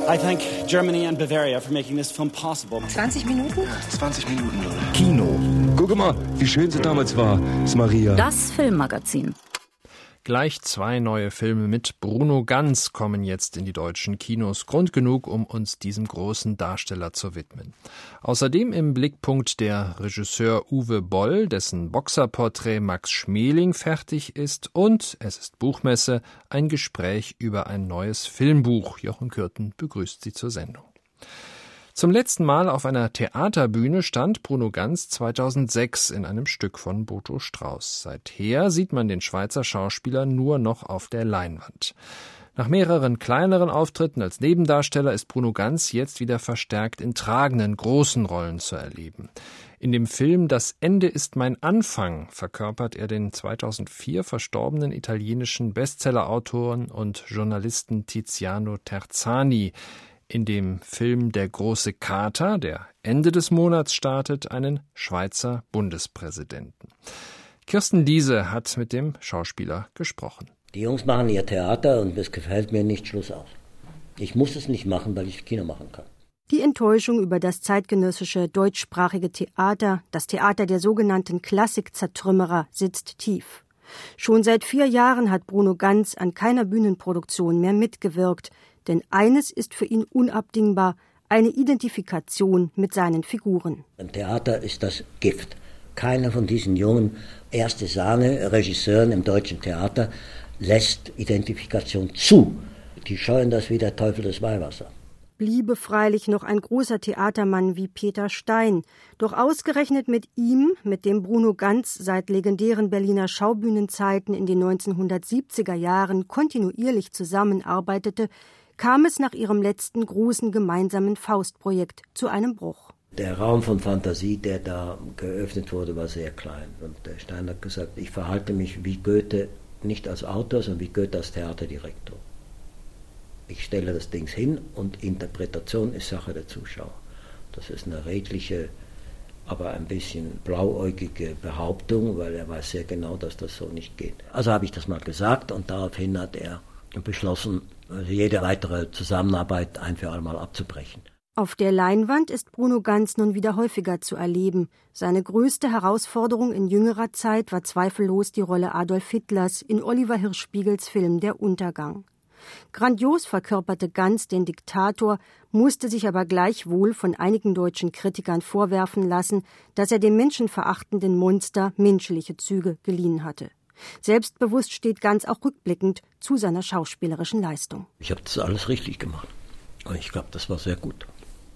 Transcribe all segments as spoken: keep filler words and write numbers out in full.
I thank Germany and Bavaria for making this film possible. zwanzig Minuten? zwanzig Minuten, Leute. Kino. Guck mal, wie schön sie damals war, ist Maria. Das Filmmagazin. Gleich zwei neue Filme mit Bruno Ganz kommen jetzt in die deutschen Kinos. Grund genug, um uns diesem großen Darsteller zu widmen. Außerdem im Blickpunkt der Regisseur Uwe Boll, dessen Boxerporträt Max Schmeling fertig ist. Und es ist Buchmesse, ein Gespräch über ein neues Filmbuch. Jochen Kürten begrüßt Sie zur Sendung. Zum letzten Mal auf einer Theaterbühne stand Bruno Ganz zweitausendsechs in einem Stück von Boto Strauß. Seither sieht man den Schweizer Schauspieler nur noch auf der Leinwand. Nach mehreren kleineren Auftritten als Nebendarsteller ist Bruno Ganz jetzt wieder verstärkt in tragenden, großen Rollen zu erleben. In dem Film »Das Ende ist mein Anfang« verkörpert er den zweitausendvier verstorbenen italienischen Bestsellerautoren und Journalisten Tiziano Terzani. In dem Film »Der große Kater«, der Ende des Monats startet, einen Schweizer Bundespräsidenten. Kirsten Liese hat mit dem Schauspieler gesprochen. Die Jungs machen ihr Theater und es gefällt mir nicht, Schluss aus. Ich muss es nicht machen, weil ich Kino machen kann. Die Enttäuschung über das zeitgenössische deutschsprachige Theater, das Theater der sogenannten Klassikzertrümmerer, sitzt tief. Schon seit vier Jahren hat Bruno Ganz an keiner Bühnenproduktion mehr mitgewirkt. Denn eines ist für ihn unabdingbar, eine Identifikation mit seinen Figuren. Im Theater ist das Gift. Keiner von diesen jungen erste Sahne Regisseuren im deutschen Theater lässt Identifikation zu. Die scheuen das wie der Teufel das Weihwasser. Bliebe freilich noch ein großer Theatermann wie Peter Stein. Doch ausgerechnet mit ihm, mit dem Bruno Ganz seit legendären Berliner Schaubühnenzeiten in den neunzehnhundertsiebziger Jahren kontinuierlich zusammenarbeitete, kam es nach ihrem letzten großen gemeinsamen Faustprojekt zu einem Bruch. Der Raum von Fantasie, der da geöffnet wurde, war sehr klein. Und der Stein hat gesagt, ich verhalte mich wie Goethe, nicht als Autor, sondern wie Goethe als Theaterdirektor. Ich stelle das Ding hin und Interpretation ist Sache der Zuschauer. Das ist eine redliche, aber ein bisschen blauäugige Behauptung, weil er weiß sehr genau, dass das so nicht geht. Also habe ich das mal gesagt und daraufhin hat er beschlossen, jede weitere Zusammenarbeit ein für allemal abzubrechen. Auf der Leinwand ist Bruno Ganz nun wieder häufiger zu erleben. Seine größte Herausforderung in jüngerer Zeit war zweifellos die Rolle Adolf Hitlers in Oliver Hirschspiegels Film »Der Untergang«. Grandios verkörperte Ganz den Diktator, musste sich aber gleichwohl von einigen deutschen Kritikern vorwerfen lassen, dass er dem menschenverachtenden Monster menschliche Züge geliehen hatte. Selbstbewusst steht Ganz auch rückblickend zu seiner schauspielerischen Leistung. Ich habe das alles richtig gemacht. Und ich glaube, das war sehr gut.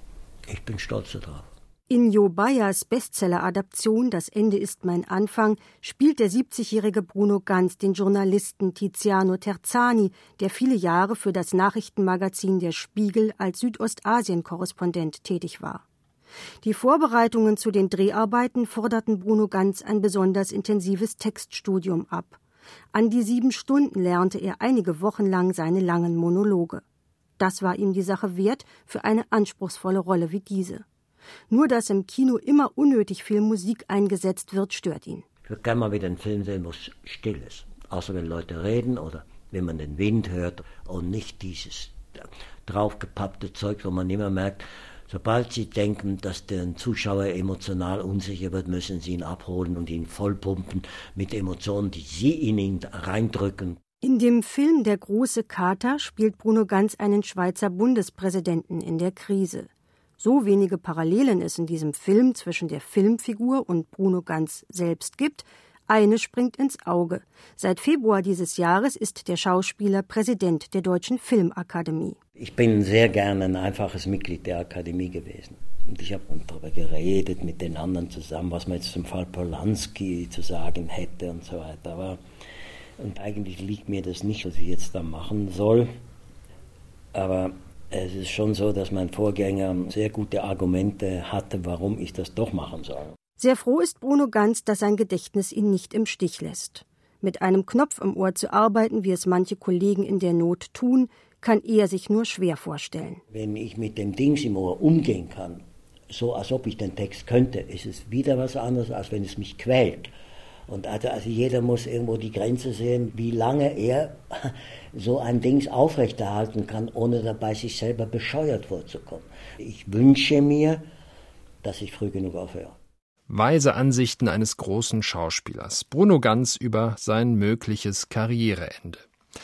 Ich bin stolz darauf. In Jo Bayers Bestseller-Adaption »Das Ende ist mein Anfang« spielt der siebzigjährige Bruno Ganz den Journalisten Tiziano Terzani, der viele Jahre für das Nachrichtenmagazin Der Spiegel als Südostasien-Korrespondent tätig war. Die Vorbereitungen zu den Dreharbeiten forderten Bruno Ganz ein besonders intensives Textstudium ab. An die sieben Stunden lernte er einige Wochen lang seine langen Monologe. Das war ihm die Sache wert für eine anspruchsvolle Rolle wie diese. Nur dass im Kino immer unnötig viel Musik eingesetzt wird, stört ihn. Ich würde gerne mal wieder einen Film sehen, wo es still ist. Außer wenn Leute reden oder wenn man den Wind hört und nicht dieses draufgepappte Zeug, wo man immer merkt, sobald Sie denken, dass der Zuschauer emotional unsicher wird, müssen Sie ihn abholen und ihn vollpumpen mit Emotionen, die Sie in ihn reindrücken. In dem Film »Der große Kater« spielt Bruno Ganz einen Schweizer Bundespräsidenten in der Krise. So wenige Parallelen es in diesem Film zwischen der Filmfigur und Bruno Ganz selbst gibt, eine springt ins Auge. Seit Februar dieses Jahres ist der Schauspieler Präsident der Deutschen Filmakademie. Ich bin sehr gerne ein einfaches Mitglied der Akademie gewesen. Und ich habe darüber geredet mit den anderen zusammen, was man jetzt zum Fall Polanski zu sagen hätte und so weiter. Aber und eigentlich liegt mir das nicht, was ich jetzt da machen soll. Aber es ist schon so, dass mein Vorgänger sehr gute Argumente hatte, warum ich das doch machen soll. Sehr froh ist Bruno Ganz, dass sein Gedächtnis ihn nicht im Stich lässt. Mit einem Knopf im Ohr zu arbeiten, wie es manche Kollegen in der Not tun, kann er sich nur schwer vorstellen. Wenn ich mit dem Dings im Ohr umgehen kann, so als ob ich den Text könnte, ist es wieder was anderes, als wenn es mich quält. Und also, also jeder muss irgendwo die Grenze sehen, wie lange er so ein Ding aufrechterhalten kann, ohne dabei sich selber bescheuert vorzukommen. Ich wünsche mir, dass ich früh genug aufhöre. Weise Ansichten eines großen Schauspielers. Bruno Ganz über sein mögliches Karriereende.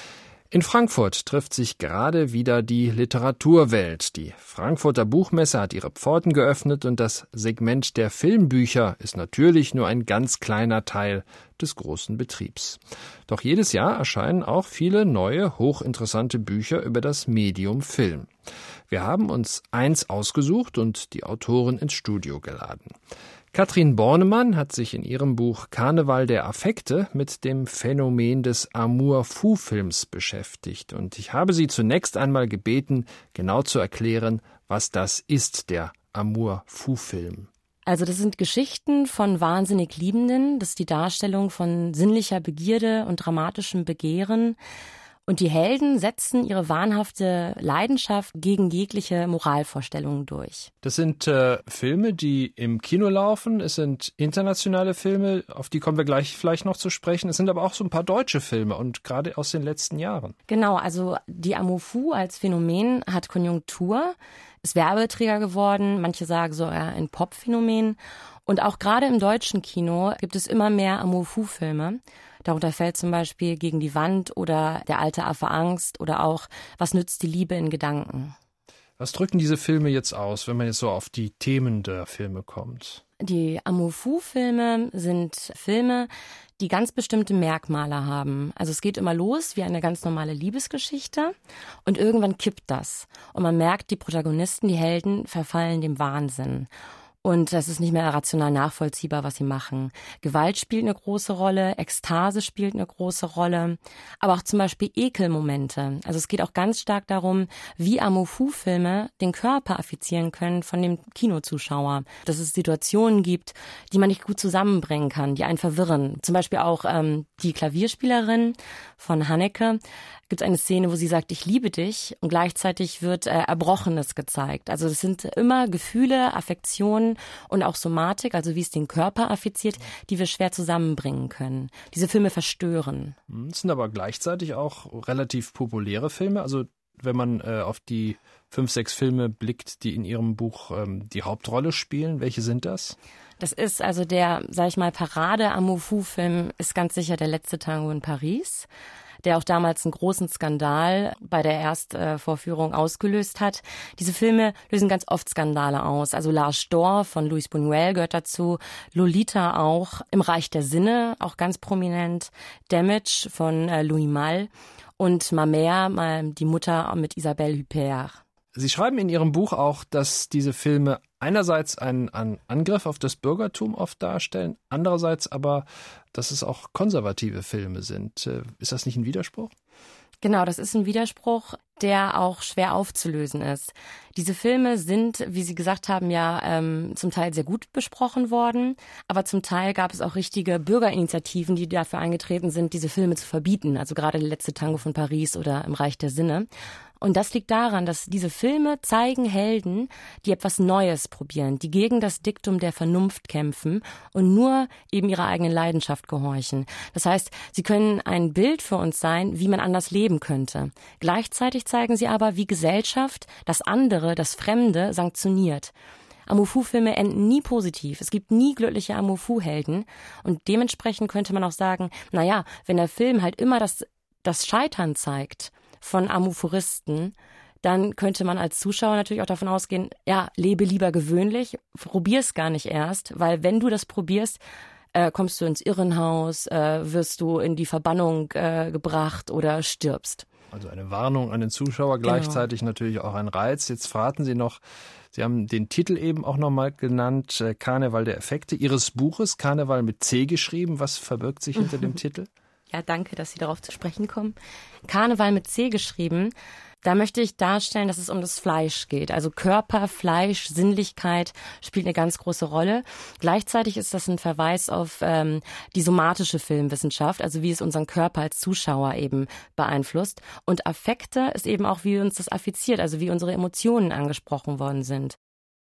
In Frankfurt trifft sich gerade wieder die Literaturwelt. Die Frankfurter Buchmesse hat ihre Pforten geöffnet und das Segment der Filmbücher ist natürlich nur ein ganz kleiner Teil des großen Betriebs. Doch jedes Jahr erscheinen auch viele neue, hochinteressante Bücher über das Medium Film. Wir haben uns eins ausgesucht und die Autorin ins Studio geladen. Katrin Bornemann hat sich in ihrem Buch Karneval der Affekte mit dem Phänomen des Amour-Fou-Films beschäftigt. Und ich habe sie zunächst einmal gebeten, genau zu erklären, was das ist, der Amour-Fou-Film. Also das sind Geschichten von wahnsinnig Liebenden, das ist die Darstellung von sinnlicher Begierde und dramatischem Begehren. Und die Helden setzen ihre wahnhafte Leidenschaft gegen jegliche Moralvorstellungen durch. Das sind äh, Filme, die im Kino laufen. Es sind internationale Filme, auf die kommen wir gleich vielleicht noch zu sprechen. Es sind aber auch so ein paar deutsche Filme und gerade aus den letzten Jahren. Genau, also die Amour-Fou als Phänomen hat Konjunktur, ist Werbeträger geworden. Manche sagen sogar ein Pop-Phänomen. Und auch gerade im deutschen Kino gibt es immer mehr Amour-Fou-Filme. Darunter fällt zum Beispiel Gegen die Wand oder Der alte Affe Angst oder auch Was nützt die Liebe in Gedanken. Was drücken diese Filme jetzt aus, wenn man jetzt so auf die Themen der Filme kommt? Die Amour-Fou-Filme sind Filme, die ganz bestimmte Merkmale haben. Also es geht immer los wie eine ganz normale Liebesgeschichte und irgendwann kippt das. Und man merkt, die Protagonisten, die Helden, verfallen dem Wahnsinn. Und das ist nicht mehr rational nachvollziehbar, was sie machen. Gewalt spielt eine große Rolle, Ekstase spielt eine große Rolle, aber auch zum Beispiel Ekelmomente. Also es geht auch ganz stark darum, wie Amour-Fou-Filme den Körper affizieren können von dem Kinozuschauer. Dass es Situationen gibt, die man nicht gut zusammenbringen kann, die einen verwirren. Zum Beispiel auch ähm, die Klavierspielerin von Haneke. Gibt es eine Szene, wo sie sagt, ich liebe dich, und gleichzeitig wird äh, Erbrochenes gezeigt. Also es sind immer Gefühle, Affektionen und auch Somatik, also wie es den Körper affiziert, die wir schwer zusammenbringen können. Diese Filme verstören. Es sind aber gleichzeitig auch relativ populäre Filme. Also wenn man äh, auf die fünf, sechs Filme blickt, die in Ihrem Buch ähm, die Hauptrolle spielen, welche sind das? Das ist also der, sag ich mal, Parade-Amour-Fou-Film ist ganz sicher Der letzte Tango in Paris, der auch damals einen großen Skandal bei der Erstvorführung ausgelöst hat. Diese Filme lösen ganz oft Skandale aus. Also L'Arche d'Or von Luis Buñuel gehört dazu, Lolita auch, Im Reich der Sinne auch ganz prominent, Damage von äh, Louis Malle und Ma Mère, die Mutter mit Isabelle Huppert. Sie schreiben in Ihrem Buch auch, dass diese Filme einerseits einen, einen Angriff auf das Bürgertum oft darstellen, andererseits aber, dass es auch konservative Filme sind. Ist das nicht ein Widerspruch? Genau, das ist ein Widerspruch, der auch schwer aufzulösen ist. Diese Filme sind, wie Sie gesagt haben, ja ähm, zum Teil sehr gut besprochen worden, aber zum Teil gab es auch richtige Bürgerinitiativen, die dafür eingetreten sind, diese Filme zu verbieten. Also gerade Der letzte Tango von Paris oder Im Reich der Sinne. Und das liegt daran, dass diese Filme zeigen Helden, die etwas Neues probieren, die gegen das Diktum der Vernunft kämpfen und nur eben ihrer eigenen Leidenschaft gehorchen. Das heißt, sie können ein Bild für uns sein, wie man anders leben könnte. Gleichzeitig zeigen sie aber, wie Gesellschaft das andere, das Fremde sanktioniert. Amour-Fou-Filme enden nie positiv. Es gibt nie glückliche Amour-Fou-Helden. Und dementsprechend könnte man auch sagen, naja, wenn der Film halt immer das, das Scheitern zeigt von Amourfouristen, dann könnte man als Zuschauer natürlich auch davon ausgehen, ja, lebe lieber gewöhnlich, probier's gar nicht erst, weil wenn du das probierst, äh, kommst du ins Irrenhaus, äh, wirst du in die Verbannung äh, gebracht oder stirbst. Also eine Warnung an den Zuschauer, gleichzeitig genau. Natürlich auch ein Reiz. Jetzt verraten Sie noch, Sie haben den Titel eben auch nochmal genannt, äh, Karneval der Affekte, Ihres Buches, Karneval mit C geschrieben. Was verbirgt sich hinter dem Titel? Ja, danke, dass Sie darauf zu sprechen kommen. Karneval mit C geschrieben. Da möchte ich darstellen, dass es um das Fleisch geht. Also Körper, Fleisch, Sinnlichkeit spielt eine ganz große Rolle. Gleichzeitig ist das ein Verweis auf ähm, die somatische Filmwissenschaft, also wie es unseren Körper als Zuschauer eben beeinflusst. Und Affekte ist eben auch, wie uns das affiziert, also wie unsere Emotionen angesprochen worden sind.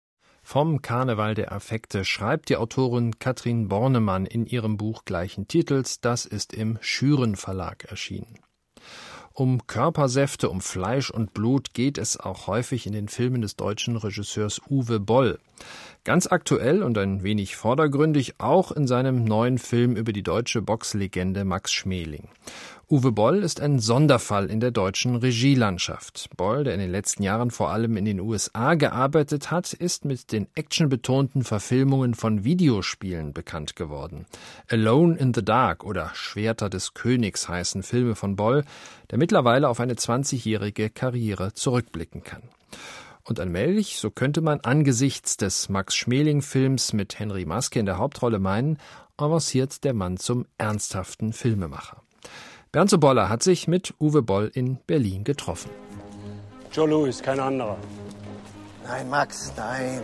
Vom Karneval der Affekte schreibt die Autorin Katrin Bornemann in ihrem Buch gleichen Titels. Das ist im Schüren Verlag erschienen. Um Körpersäfte, um Fleisch und Blut geht es auch häufig in den Filmen des deutschen Regisseurs Uwe Boll. Ganz aktuell und ein wenig vordergründig auch in seinem neuen Film über die deutsche Boxlegende Max Schmeling. Uwe Boll ist ein Sonderfall in der deutschen Regielandschaft. Boll, der in den letzten Jahren vor allem in den U S A gearbeitet hat, ist mit den actionbetonten Verfilmungen von Videospielen bekannt geworden. Alone in the Dark oder Schwerter des Königs heißen Filme von Boll, der mittlerweile auf eine zwanzigjährige Karriere zurückblicken kann. Und allmählich, so könnte man angesichts des Max-Schmeling-Films mit Henry Maske in der Hauptrolle meinen, avanciert der Mann zum ernsthaften Filmemacher. Bernd Sobolla hat sich mit Uwe Boll in Berlin getroffen. Joe Louis, kein anderer. Nein, Max, nein.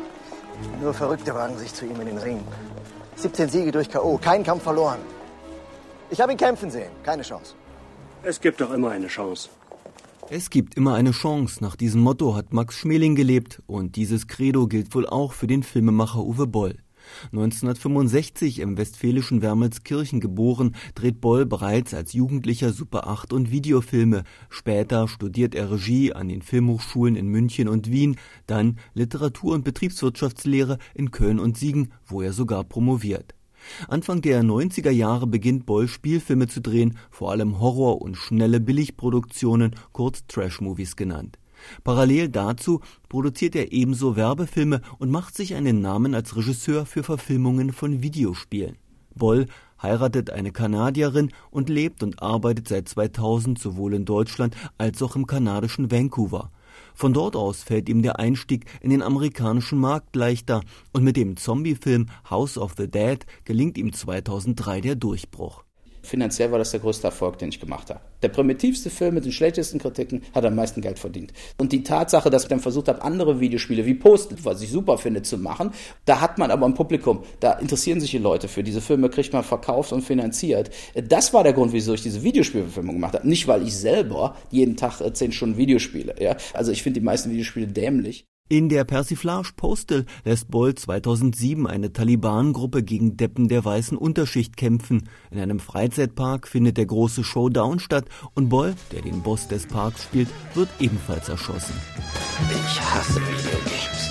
Nur Verrückte wagen sich zu ihm in den Ring. siebzehn Siege durch K O, kein Kampf verloren. Ich habe ihn kämpfen sehen, keine Chance. Es gibt doch immer eine Chance. Es gibt immer eine Chance. Nach diesem Motto hat Max Schmeling gelebt und dieses Credo gilt wohl auch für den Filmemacher Uwe Boll. neunzehnhundertfünfundsechzig im westfälischen Wermelskirchen geboren, dreht Boll bereits als Jugendlicher Super acht und Videofilme. Später studiert er Regie an den Filmhochschulen in München und Wien, dann Literatur- und Betriebswirtschaftslehre in Köln und Siegen, wo er sogar promoviert. Anfang der neunziger Jahre beginnt Boll Spielfilme zu drehen, vor allem Horror- und schnelle Billigproduktionen, kurz Trash-Movies genannt. Parallel dazu produziert er ebenso Werbefilme und macht sich einen Namen als Regisseur für Verfilmungen von Videospielen. Boll heiratet eine Kanadierin und lebt und arbeitet seit zweitausend sowohl in Deutschland als auch im kanadischen Vancouver. Von dort aus fällt ihm der Einstieg in den amerikanischen Markt leichter und mit dem Zombie-Film House of the Dead gelingt ihm zweitausenddrei der Durchbruch. Finanziell war das der größte Erfolg, den ich gemacht habe. Der primitivste Film mit den schlechtesten Kritiken hat am meisten Geld verdient. Und die Tatsache, dass ich dann versucht habe, andere Videospiele wie Postal, was ich super finde, zu machen, da hat man aber ein Publikum, da interessieren sich die Leute für. Diese Filme kriegt man verkauft und finanziert. Das war der Grund, wieso ich diese Videospielverfilmung gemacht habe. Nicht, weil ich selber jeden Tag zehn Stunden Videospiele. Ja? Also ich finde die meisten Videospiele dämlich. In der Persiflage Postal lässt Boll zweitausendsieben eine Taliban-Gruppe gegen Deppen der weißen Unterschicht kämpfen. In einem Freizeitpark findet der große Showdown statt und Boll, der den Boss des Parks spielt, wird ebenfalls erschossen. Ich hasse Videogames.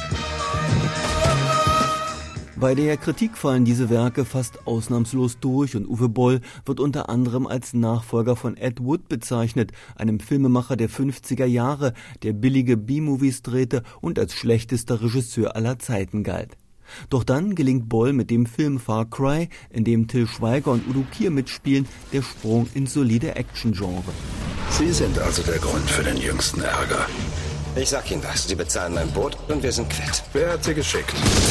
Bei der Kritik fallen diese Werke fast ausnahmslos durch und Uwe Boll wird unter anderem als Nachfolger von Ed Wood bezeichnet, einem Filmemacher der fünfziger Jahre, der billige B-Movies drehte und als schlechtester Regisseur aller Zeiten galt. Doch dann gelingt Boll mit dem Film Far Cry, in dem Till Schweiger und Udo Kier mitspielen, der Sprung ins solide Action-Genre. Sie sind also der Grund für den jüngsten Ärger. Ich sag Ihnen was, Sie bezahlen mein Boot und wir sind quitt. Wer hat Sie geschickt?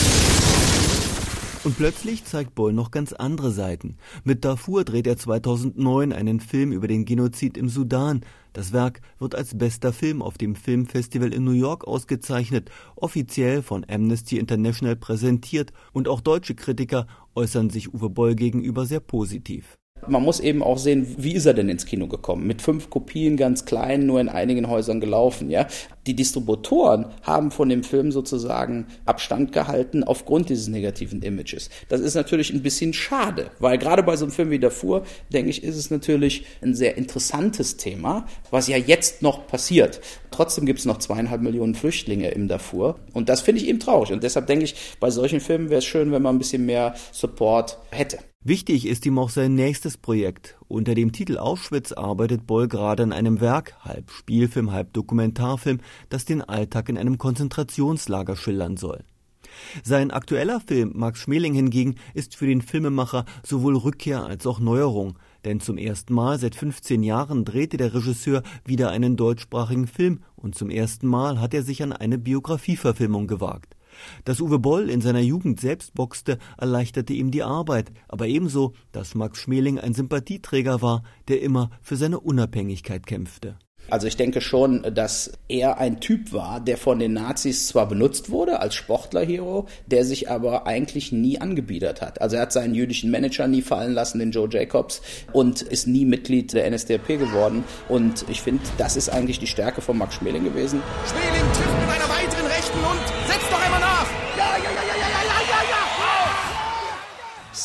Und plötzlich zeigt Boll noch ganz andere Seiten. Mit Darfur dreht er zweitausendneun einen Film über den Genozid im Sudan. Das Werk wird als bester Film auf dem Filmfestival in New York ausgezeichnet, offiziell von Amnesty International präsentiert und auch deutsche Kritiker äußern sich Uwe Boll gegenüber sehr positiv. Man muss eben auch sehen, wie ist er denn ins Kino gekommen? Mit fünf Kopien, ganz klein, nur in einigen Häusern gelaufen, ja. Die Distributoren haben von dem Film sozusagen Abstand gehalten aufgrund dieses negativen Images. Das ist natürlich ein bisschen schade, weil gerade bei so einem Film wie Darfur, denke ich, ist es natürlich ein sehr interessantes Thema, was ja jetzt noch passiert. Trotzdem gibt es noch zweieinhalb Millionen Flüchtlinge im Darfur und das finde ich eben traurig. Und deshalb denke ich, bei solchen Filmen wäre es schön, wenn man ein bisschen mehr Support hätte. Wichtig ist ihm auch sein nächstes Projekt. Unter dem Titel Auschwitz arbeitet Boll gerade an einem Werk, halb Spielfilm, halb Dokumentarfilm, das den Alltag in einem Konzentrationslager schildern soll. Sein aktueller Film Max Schmeling hingegen ist für den Filmemacher sowohl Rückkehr als auch Neuerung. Denn zum ersten Mal seit fünfzehn Jahren drehte der Regisseur wieder einen deutschsprachigen Film und zum ersten Mal hat er sich an eine Biografieverfilmung gewagt. Dass Uwe Boll in seiner Jugend selbst boxte, erleichterte ihm die Arbeit, aber ebenso, dass Max Schmeling ein Sympathieträger war, der immer für seine Unabhängigkeit kämpfte. Also ich denke schon, dass er ein Typ war, der von den Nazis zwar benutzt wurde als Sportlerhero, der sich aber eigentlich nie angebiedert hat. Also er hat seinen jüdischen Manager nie fallen lassen, den Joe Jacobs, und ist nie Mitglied der N S D A P geworden. Und ich finde, das ist eigentlich die Stärke von Max Schmeling gewesen. Schmeling trifft mit einer weiteren Rechten und setzt noch einmal nach. Ja!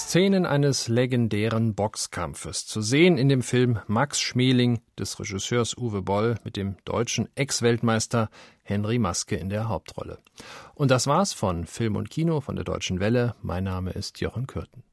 Szenen eines legendären Boxkampfes. Zu sehen in dem Film Max Schmeling des Regisseurs Uwe Boll mit dem deutschen Ex-Weltmeister Henry Maske in der Hauptrolle. Und das war's von Film und Kino von der Deutschen Welle. Mein Name ist Jochen Kürten.